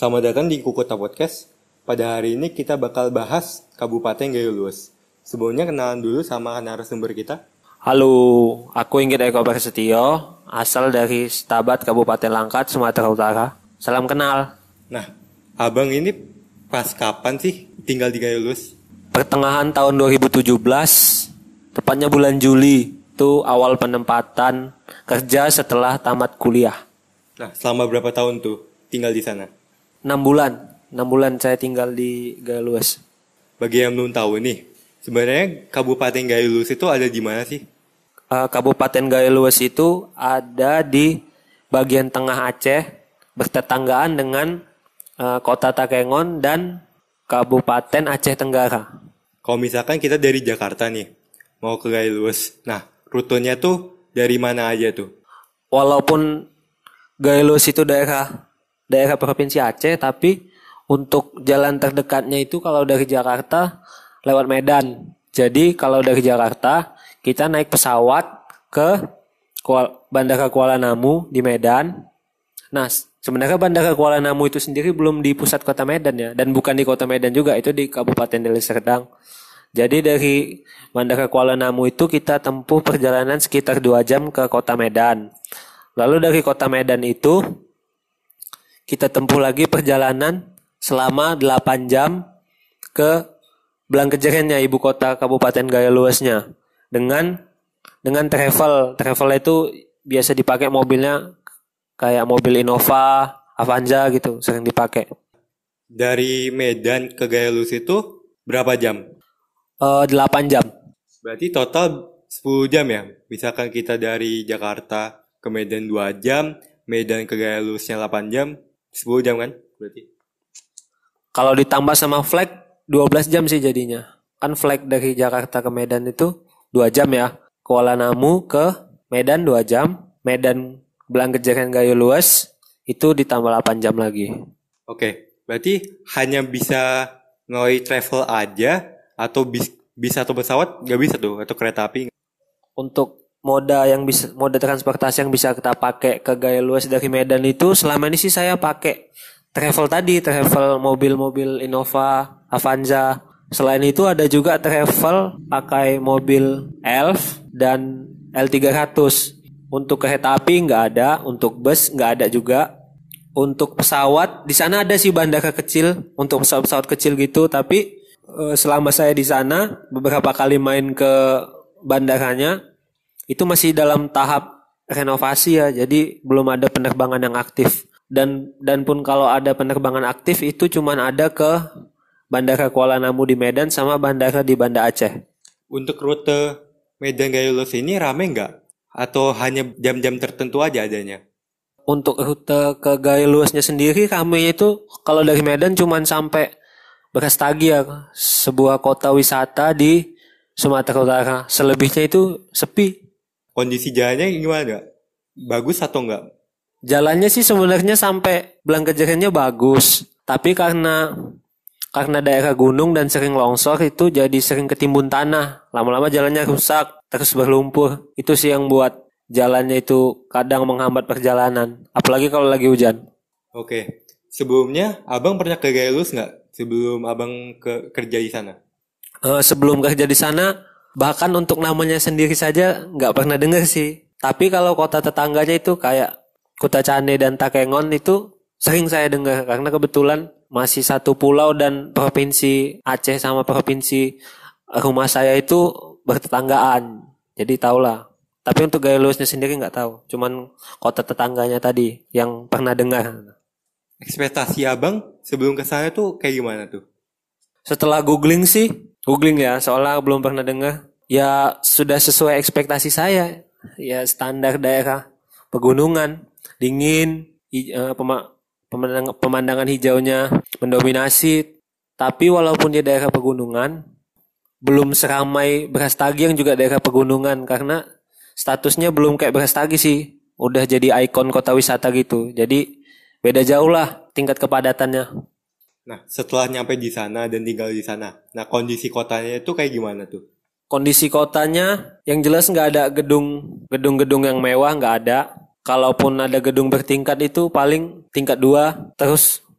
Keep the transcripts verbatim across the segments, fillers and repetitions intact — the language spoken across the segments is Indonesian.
Selamat datang di Kukuta Podcast. Pada hari ini kita bakal bahas Kabupaten Gayo Luas. Sebelumnya kenalan dulu sama narasumber kita. Halo, aku Inggit Eko Prasetyo, asal dari Setabat Kabupaten Langkat, Sumatera Utara. Salam kenal. Nah, abang ini pas kapan sih tinggal di Gayo Luas? Pertengahan tahun dua ribu tujuh belas, tepatnya bulan Juli, itu awal penempatan kerja setelah tamat kuliah. Nah, selama berapa tahun tuh tinggal di sana? enam bulan, enam bulan saya tinggal di Gayo Luas. Bagi yang belum tahu nih, sebenarnya Kabupaten Gayo Luas itu ada di mana sih? Uh, Kabupaten Gayo Luas itu ada di bagian tengah Aceh, bertetanggaan dengan uh, Kota Takengon dan Kabupaten Aceh Tenggara. Kalau misalkan kita dari Jakarta nih, mau ke Gayo Luas, nah rutenya tuh dari mana aja tuh? Walaupun Gayo Luas itu daerah daerah provinsi Aceh, tapi untuk jalan terdekatnya itu kalau dari Jakarta lewat Medan. Jadi kalau dari Jakarta kita naik pesawat ke Bandara Kuala Namu di Medan. Nah, sebenarnya Bandara Kuala Namu itu sendiri belum di pusat kota Medan ya, dan bukan di kota Medan juga, itu di Kabupaten Deli Serdang. Jadi dari Bandara Kuala Namu itu kita tempuh perjalanan sekitar dua jam ke kota Medan. Lalu dari kota Medan itu kita tempuh lagi perjalanan selama delapan jam ke Blangkejerennya, ibu kota Kabupaten Gayo Luasnya. Dengan dengan travel. Travel itu biasa dipakai mobilnya kayak mobil Innova, Avanza gitu, sering dipakai. Dari Medan ke Gayo Luas itu berapa jam? Uh, delapan jam. Berarti total sepuluh jam ya? Misalkan kita dari Jakarta ke Medan dua jam, Medan ke Gayo Luasnya delapan jam, sepuluh jam kan berarti? Kalau ditambah sama flight dua belas jam sih jadinya. Kan flight dari Jakarta ke Medan itu dua jam ya. Kuala Namu ke Medan dua jam, Medan Blangkejeren Gayo Luas itu ditambah delapan jam lagi. Oke, berarti hanya bisa melalui travel aja atau bis, bisa atau pesawat nggak bisa tuh, atau kereta api? Untuk moda yang bisa moda transportasi yang bisa kita pakai ke Gayo Luas dari Medan itu selama ini sih saya pakai travel tadi, travel mobil-mobil Innova, Avanza. Selain itu ada juga travel pakai mobil Elf dan L tiga ratus. Untuk kereta api nggak ada, untuk bus nggak ada juga. Untuk pesawat di sana ada sih bandara kecil untuk pesawat-pesawat kecil gitu, tapi eh, selama saya di sana beberapa kali main ke bandaranya itu masih dalam tahap renovasi ya, jadi belum ada penerbangan yang aktif. Dan dan pun kalau ada penerbangan aktif itu cuman ada ke Bandara Kuala Namu di Medan sama bandara di Banda Aceh. Untuk rute Medan Gayo Luas ini rame nggak? Atau hanya jam-jam tertentu aja adanya? Untuk rute ke Gayo Luasnya sendiri ramenya itu kalau dari Medan cuman sampai Brastagi ya, sebuah kota wisata di Sumatera Utara. Selebihnya itu sepi. Kondisi jalannya gimana nggak? Bagus atau enggak? Jalannya sih sebenarnya sampai Blangkejerennya bagus, tapi karena karena daerah gunung dan sering longsor itu jadi sering ketimbun tanah. Lama-lama jalannya rusak, terus berlumpur. Itu sih yang buat jalannya itu kadang menghambat perjalanan, apalagi kalau lagi hujan. Oke, sebelumnya abang pernah ke Gayo Luas nggak? Sebelum abang ke kerja di sana? Uh, sebelum kerja di sana, bahkan untuk namanya sendiri saja nggak pernah dengar sih. Tapi kalau kota tetangganya itu kayak Kota Cane dan Takengon itu sering saya dengar karena kebetulan masih satu pulau dan provinsi Aceh sama provinsi rumah saya itu bertetanggaan. Jadi tahulah. Tapi untuk Gayo Luasnya sendiri nggak tahu. Cuman kota tetangganya tadi yang pernah dengar. Ekspektasi abang sebelum ke sana tuh kayak gimana tuh? Setelah googling sih, googling ya, soalnya belum pernah dengar. Ya sudah sesuai ekspektasi saya. Ya standar daerah pegunungan, dingin, hij- pema- pemandang- pemandangan hijaunya mendominasi. Tapi walaupun dia daerah pegunungan, belum seramai Brastagi yang juga daerah pegunungan karena statusnya belum kayak Brastagi sih. Udah jadi ikon kota wisata gitu. Jadi beda jauh lah tingkat kepadatannya. Nah, setelah nyampe di sana dan tinggal di sana, nah kondisi kotanya itu kayak gimana tuh? Kondisi kotanya yang jelas nggak ada gedung gedung-gedung yang mewah, nggak ada. Kalaupun ada gedung bertingkat itu paling tingkat dua, terus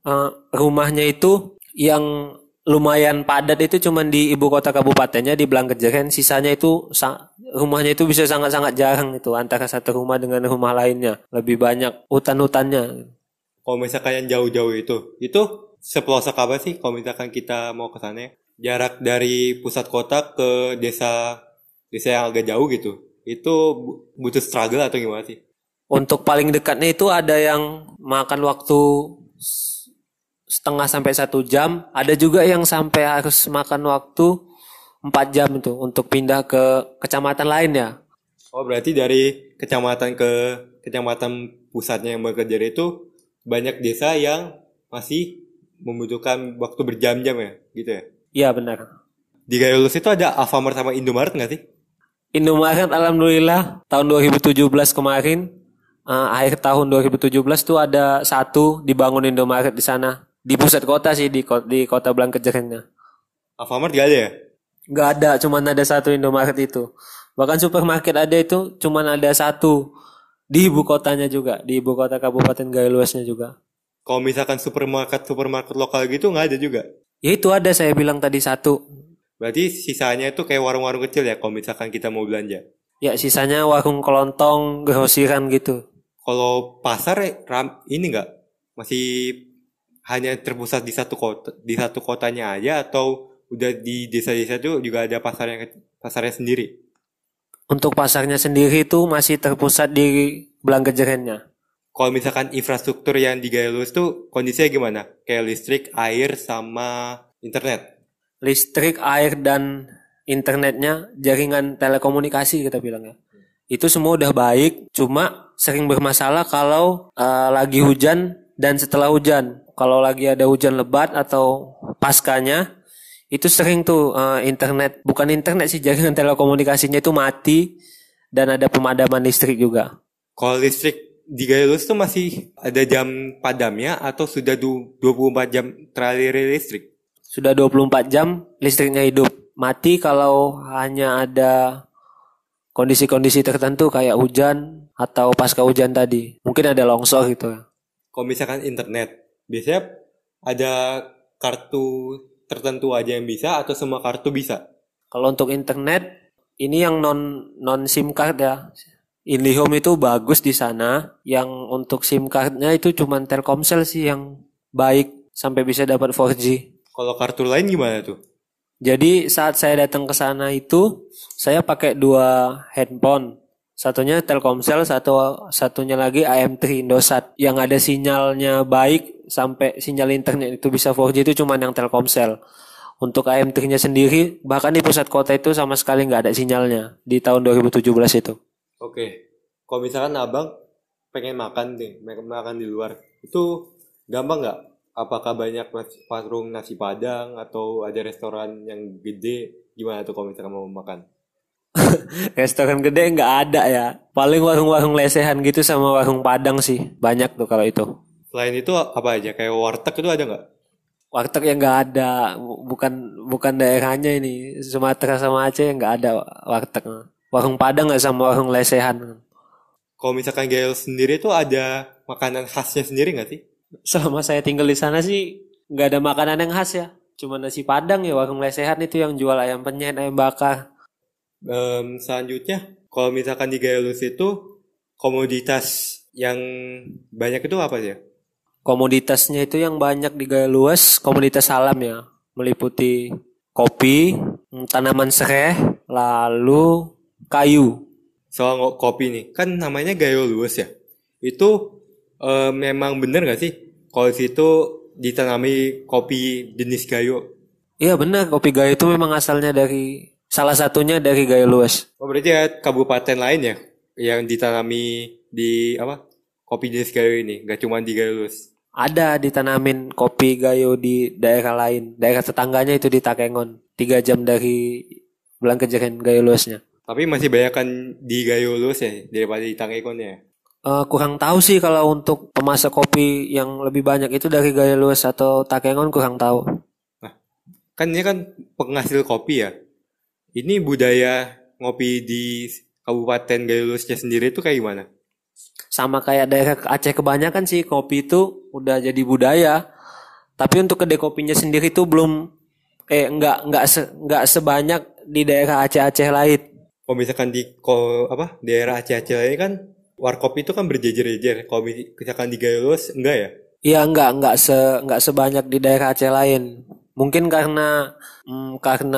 eh, rumahnya itu yang lumayan padat itu cuman di ibu kota kabupatennya di Blangkejeren, sisanya itu sa- rumahnya itu bisa sangat-sangat jarang itu antara satu rumah dengan rumah lainnya. Lebih banyak hutan-hutannya. Kalau misalkan yang jauh-jauh itu, itu sepelosok apa sih kalau misalkan kita mau ke sana? Jarak dari pusat kota ke desa desa yang agak jauh gitu. Itu bu- butuh struggle atau gimana sih? Untuk paling dekatnya itu ada yang makan waktu s- setengah sampai satu jam, ada juga yang sampai harus makan waktu empat jam itu untuk pindah ke kecamatan lain ya. Oh, berarti dari kecamatan ke kecamatan pusatnya yang bekerja itu banyak desa yang masih membutuhkan waktu berjam-jam ya, gitu ya. Iya benar. Di Gayulus itu ada Alfamart sama Indomaret nggak sih? Indomaret alhamdulillah tahun dua ribu tujuh belas kemarin, eh, akhir tahun dua ribu tujuh belas tuh ada satu dibangun Indomaret di sana. Di pusat kota sih, di kota, di kota Blangkejerennya. Alfamart nggak ada ya? Nggak ada, cuman ada satu Indomaret itu. Bahkan supermarket ada itu cuman ada satu di ibu kotanya juga, di ibu kota Kabupaten Gayo juga. Kalau misalkan supermarket supermarket lokal gitu nggak ada juga. Ya itu ada saya bilang tadi satu. Berarti sisanya itu kayak warung-warung kecil ya kalau misalkan kita mau belanja. Ya sisanya warung kelontong, grosiran gitu. Kalau pasar eh, ram, ini nggak masih hanya terpusat di satu kota di satu kotanya aja atau udah di desa-desa itu juga ada pasarnya pasarnya sendiri. Untuk pasarnya sendiri itu masih terpusat di Blangkejerennya. Kalau misalkan infrastruktur yang di Galuh itu kondisinya gimana? Kayak listrik, air, sama internet. Listrik, air, dan internetnya, jaringan telekomunikasi kita bilang ya. Itu semua udah baik, cuma sering bermasalah kalau eh, lagi hujan dan setelah hujan. Kalau lagi ada hujan lebat atau paskanya, itu sering tuh eh, internet, bukan internet sih, jaringan telekomunikasinya itu mati dan ada pemadaman listrik juga. Kalau listrik di Galuh itu masih ada jam padamnya atau sudah du- dua puluh empat jam teralir listrik? Sudah dua puluh empat jam listriknya hidup. Mati kalau hanya ada kondisi-kondisi tertentu kayak hujan atau pasca hujan tadi. Mungkin ada longsor gitu ya. Kalau misalkan internet, biasanya ada kartu tertentu aja yang bisa atau semua kartu bisa? Kalau untuk internet ini yang non non SIM card ya. IndiHome itu bagus di sana. Yang untuk SIM cardnya itu cuman Telkomsel sih yang baik sampai bisa dapat empat G. Kalau kartu lain gimana tuh? Jadi saat saya datang ke sana itu saya pakai dua handphone. Satunya Telkomsel, satu satunya lagi A M tiga Indosat yang ada sinyalnya baik sampai sinyal internet itu bisa empat G itu cuma yang Telkomsel. Untuk A M tiga-nya sendiri bahkan di pusat kota itu sama sekali nggak ada sinyalnya di tahun dua ribu tujuh belas itu. Oke, kalau misalkan abang pengen makan deh, pengen makan di luar, itu gampang nggak? Apakah banyak mas- warung nasi Padang atau ada restoran yang gede? Gimana tuh kalau misalkan mau makan? Restoran gede nggak ada ya. Paling warung-warung lesehan gitu sama warung Padang sih. Banyak tuh kalau itu. Selain itu apa aja? Kayak warteg itu ada nggak? Warteg yang nggak ada. Bukan bukan daerahnya ini. Sumatera sama Aceh nggak ada warteg. Warung Padang nggak sama warung lesehan. Kalau misalkan Gael sendiri tuh ada makanan khasnya sendiri nggak sih? Selama saya tinggal di sana sih nggak ada makanan yang khas ya. Cuma nasi Padang ya warung lesehan itu yang jual ayam penyet, ayam bakar. Em, selanjutnya, kalau misalkan di Gaelus itu komoditas yang banyak itu apa sih ya? Komoditasnya itu yang banyak di Gaya Luas, komoditas alam ya. Meliputi kopi, tanaman sereh, lalu kayu. Soal ngo- kopi nih, kan namanya Gayo Luas ya. Itu eh, memang bener nggak sih? Kalau di situ ditanami kopi jenis Gayo. Iya benar, kopi Gayo itu memang asalnya dari salah satunya dari Gaya Luas. Oh berarti ya kabupaten lain ya yang ditanami di apa? Kopi jenis Gayo ini, nggak cuma di Gayo Luas. Ada ditanamin kopi Gayo di daerah lain, daerah tetangganya itu di Takengon, tiga jam dari Blangkejeren Gaya Luasnya. Tapi masih banyak kan di Gayo Luas ya daripada di Tangekon ya. Eh, kurang tahu sih kalau untuk pemasok kopi yang lebih banyak itu dari Gaya Luas atau Takengon kurang tahu. Nah, kan ini kan penghasil kopi ya. Ini budaya ngopi di Kabupaten Gayo Luasnya sendiri itu kayak gimana? Sama kayak daerah Aceh kebanyakan sih kopi itu udah jadi budaya. Tapi untuk kedai kopinya sendiri itu belum eh enggak enggak se, enggak sebanyak di daerah Aceh-Aceh lain. Kalau misalkan di ko, apa daerah Aceh-Aceh ini kan warkop itu kan berjejer-jejer. Kalau misalkan di Gayo Luas enggak ya? Iya enggak enggak se enggak sebanyak di daerah Aceh lain. Mungkin karena mm, karena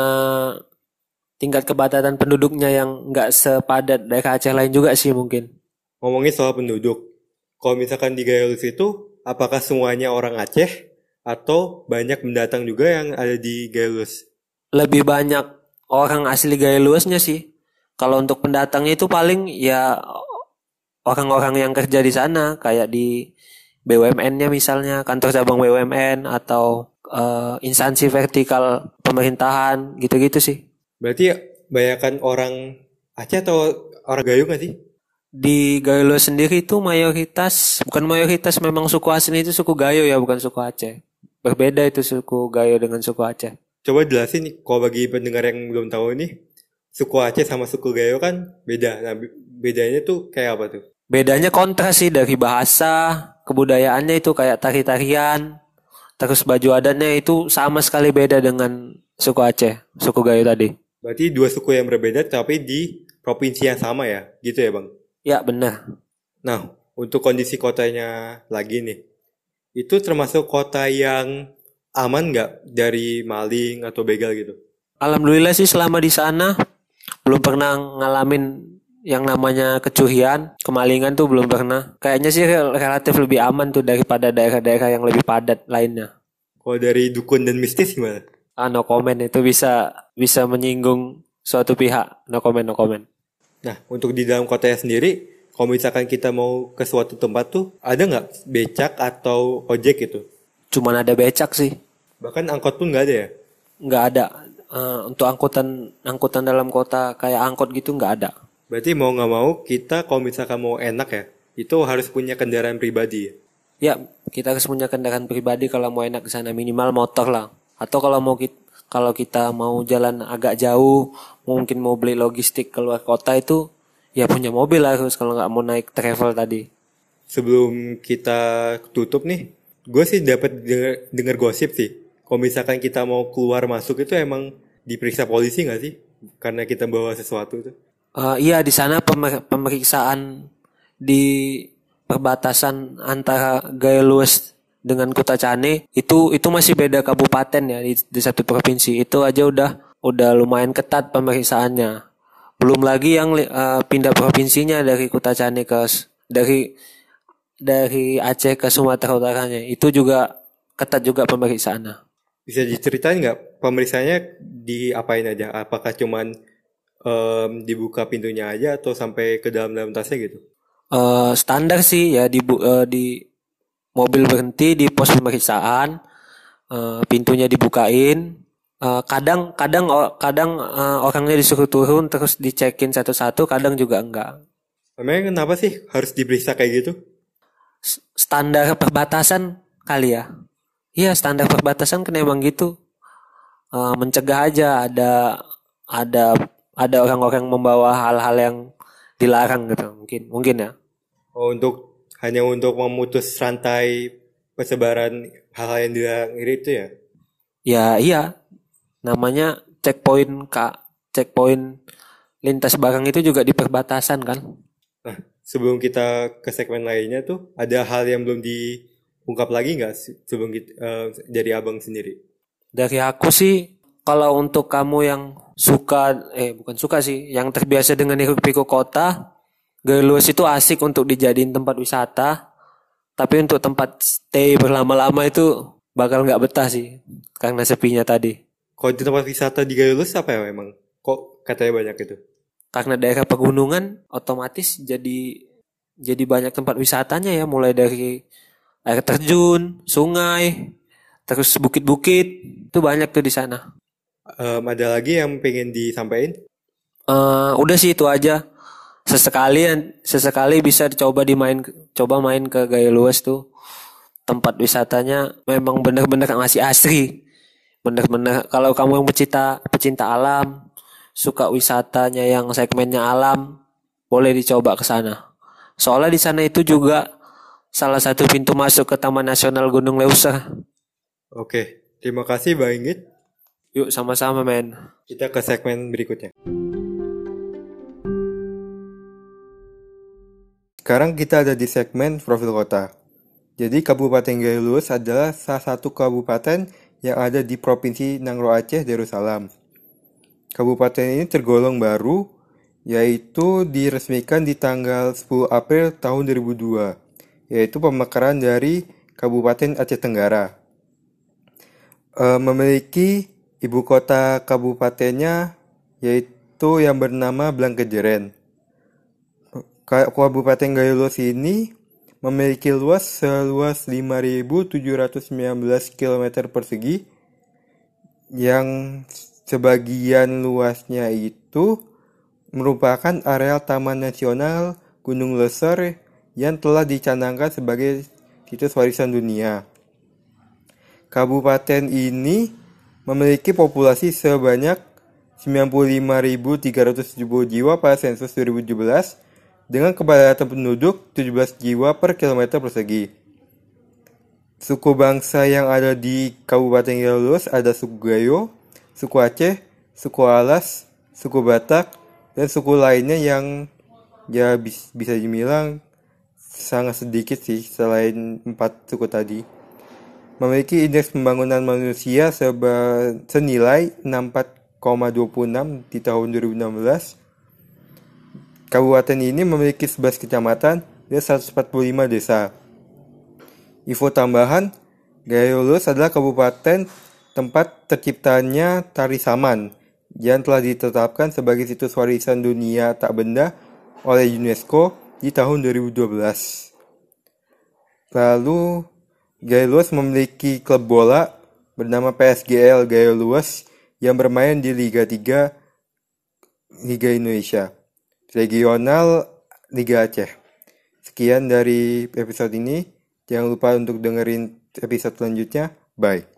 tingkat kepadatan penduduknya yang enggak sepadat daerah Aceh lain juga sih mungkin. Ngomongin soal penduduk. Kalau misalkan di Gayo Luas itu apakah semuanya orang Aceh atau banyak pendatang juga yang ada di Gayo Luas? Lebih banyak orang asli Gayo Luasnya sih. Kalau untuk pendatangnya itu paling ya orang-orang yang kerja di sana kayak di B U M N-nya misalnya, kantor cabang B U M N atau eh, instansi vertikal pemerintahan gitu-gitu sih. Berarti banyakkan orang Aceh atau orang Gayo nggak sih? Di Gayo Luas sendiri itu mayoritas, bukan mayoritas memang suku asli itu suku Gayo ya, bukan suku Aceh. Berbeda itu suku Gayo dengan suku Aceh. Coba jelasin nih, kalau bagi pendengar yang belum tahu nih, suku Aceh sama suku Gayo kan beda. Nah, be- bedanya tuh kayak apa tuh? Bedanya kontras sih dari bahasa, kebudayaannya itu kayak tari-tarian, terus baju adatnya itu sama sekali beda dengan suku Aceh, suku Gayo tadi. Berarti dua suku yang berbeda tapi di provinsi yang sama ya, gitu ya Bang? Ya benar. Nah, untuk kondisi kotanya lagi nih, itu termasuk kota yang aman nggak dari maling atau begal gitu? Alhamdulillah sih selama di sana belum pernah ngalamin yang namanya kecurian, kemalingan tuh belum pernah. Kayaknya sih rel- relatif lebih aman tuh daripada daerah-daerah yang lebih padat lainnya. Kalau dari dukun dan mistis gimana? Ah, no comment itu bisa bisa menyinggung suatu pihak. No comment, no comment. Nah, untuk di dalam kotanya sendiri, kalau misalkan kita mau ke suatu tempat tuh, ada nggak becak atau ojek gitu? Cuman ada becak sih, Bahkan angkot pun nggak ada ya? nggak ada. Eh, untuk angkutan angkutan dalam kota kayak angkot gitu nggak ada. Berarti mau nggak mau, kita kalau misalkan mau enak ya, itu harus punya kendaraan pribadi ya? Ya, kita harus punya kendaraan pribadi kalau mau enak ke sana minimal motor lah. Atau kalau mau kita kalau kita mau jalan agak jauh, mungkin mau beli logistik keluar kota itu ya punya mobil harus kalau nggak mau naik travel tadi. Sebelum kita tutup nih, gue sih dapat denger, denger gosip sih. Kalau misalkan kita mau keluar masuk itu emang diperiksa polisi nggak sih? Karena kita bawa sesuatu tuh. Eh, iya di sana pemer- pemeriksaan di perbatasan antara Gayo Luas dengan Kuta Cane itu itu masih beda kabupaten ya di, di satu provinsi. Itu aja udah udah lumayan ketat pemeriksaannya. Belum lagi yang li- eh, pindah provinsinya dari Kuta Cane ke s- dari dari Aceh ke Sumatera Utaranya. Itu juga ketat juga pemeriksaannya. Bisa diceritain nggak pemeriksaannya diapain aja? Apakah cuman em, dibuka pintunya aja atau sampai ke dalam-dalam tasnya gitu? Eh, standar sih ya di bu- eh, di mobil berhenti di pos pemeriksaan, eh, pintunya dibukain. Eh, kadang kadang o- kadang eh, orangnya disuruh turun terus dicekin satu-satu, kadang juga enggak. Memang kenapa sih harus diperiksa kayak gitu? S- Standar perbatasan kali ya. Iya, standar perbatasan kan emang gitu. Eh, mencegah aja ada ada ada orang-orang membawa hal-hal yang dilarang gitu. Mungkin mungkin ya. Oh, untuk hanya untuk memutus rantai persebaran hal-hal yang dilarang itu ya? Ya iya, namanya checkpoint Kak. Checkpoint lintas barang itu juga di perbatasan kan. Nah, sebelum kita ke segmen lainnya tuh, ada hal yang belum diungkap lagi nggak se- sebelum kita, eh, dari abang sendiri? Dari aku sih, kalau untuk kamu yang suka, eh bukan suka sih, yang terbiasa dengan hiruk pikuk kota, Gayo Luas itu asik untuk dijadiin tempat wisata. Tapi untuk tempat stay berlama-lama itu bakal nggak betah sih, karena sepinya tadi. Kalau di tempat wisata di Gayo Luas apa ya memang? Kok katanya banyak itu? Karena daerah pegunungan, otomatis jadi jadi banyak tempat wisatanya ya, mulai dari air terjun, sungai, terus bukit-bukit, itu banyak tuh di sana. Em, ada lagi yang pengen disampaikan? Eh, udah sih itu aja. Sesekali sesekali bisa dicoba dimain coba main ke Gayo Luas tuh. Tempat wisatanya memang benar-benar masih asri. Benar-benar kalau kamu yang pecinta pecinta alam, suka wisatanya yang segmennya alam, boleh dicoba ke sana. Soalnya di sana itu juga salah satu pintu masuk ke Taman Nasional Gunung Leuser. Oke, terima kasih Bang Inggit. Yuk sama-sama men. Kita ke segmen berikutnya. Sekarang kita ada di segmen profil kota. Jadi Kabupaten Gayo Luwes adalah salah satu kabupaten yang ada di Provinsi Nangro Aceh Darussalam. Kabupaten ini tergolong baru, yaitu diresmikan di tanggal sepuluh April tahun dua ribu dua, yaitu pemekaran dari Kabupaten Aceh Tenggara. E, memiliki ibu kota kabupatennya yaitu yang bernama Blangkejeren. Kabupaten Gayo Luwes ini memiliki luas seluas lima ribu tujuh ratus sembilan belas kilometer persegi, yang sebagian luasnya itu merupakan areal Taman Nasional Gunung Leser yang telah dicanangkan sebagai situs warisan dunia. Kabupaten ini memiliki populasi sebanyak sembilan puluh lima ribu tiga ratus tujuh puluh jiwa pada sensus dua ribu tujuh belas dengan kepadatan penduduk tujuh belas jiwa per kilometer persegi. Suku bangsa yang ada di Kabupaten Gayo Luwes ada suku Gayo, suku Aceh, suku Alas, suku Batak, dan suku lainnya yang ya bis, bisa dibilang sangat sedikit sih selain empat suku tadi. Memiliki indeks pembangunan manusia seba, senilai enam puluh empat koma dua puluh enam di tahun dua ribu enam belas. Kabupaten ini memiliki sebelas kecamatan dan seratus empat puluh lima desa. Info tambahan, Gayo Luwes adalah kabupaten tempat terciptanya tari saman yang telah ditetapkan sebagai situs warisan dunia tak benda oleh UNESCO di tahun dua ribu dua belas. Lalu, Gayo Luwes memiliki klub bola bernama P S G L Gayo Luwes yang bermain di Liga tiga Liga Indonesia, regional Liga Aceh. Sekian dari episode ini. Jangan lupa untuk dengerin episode selanjutnya. Bye.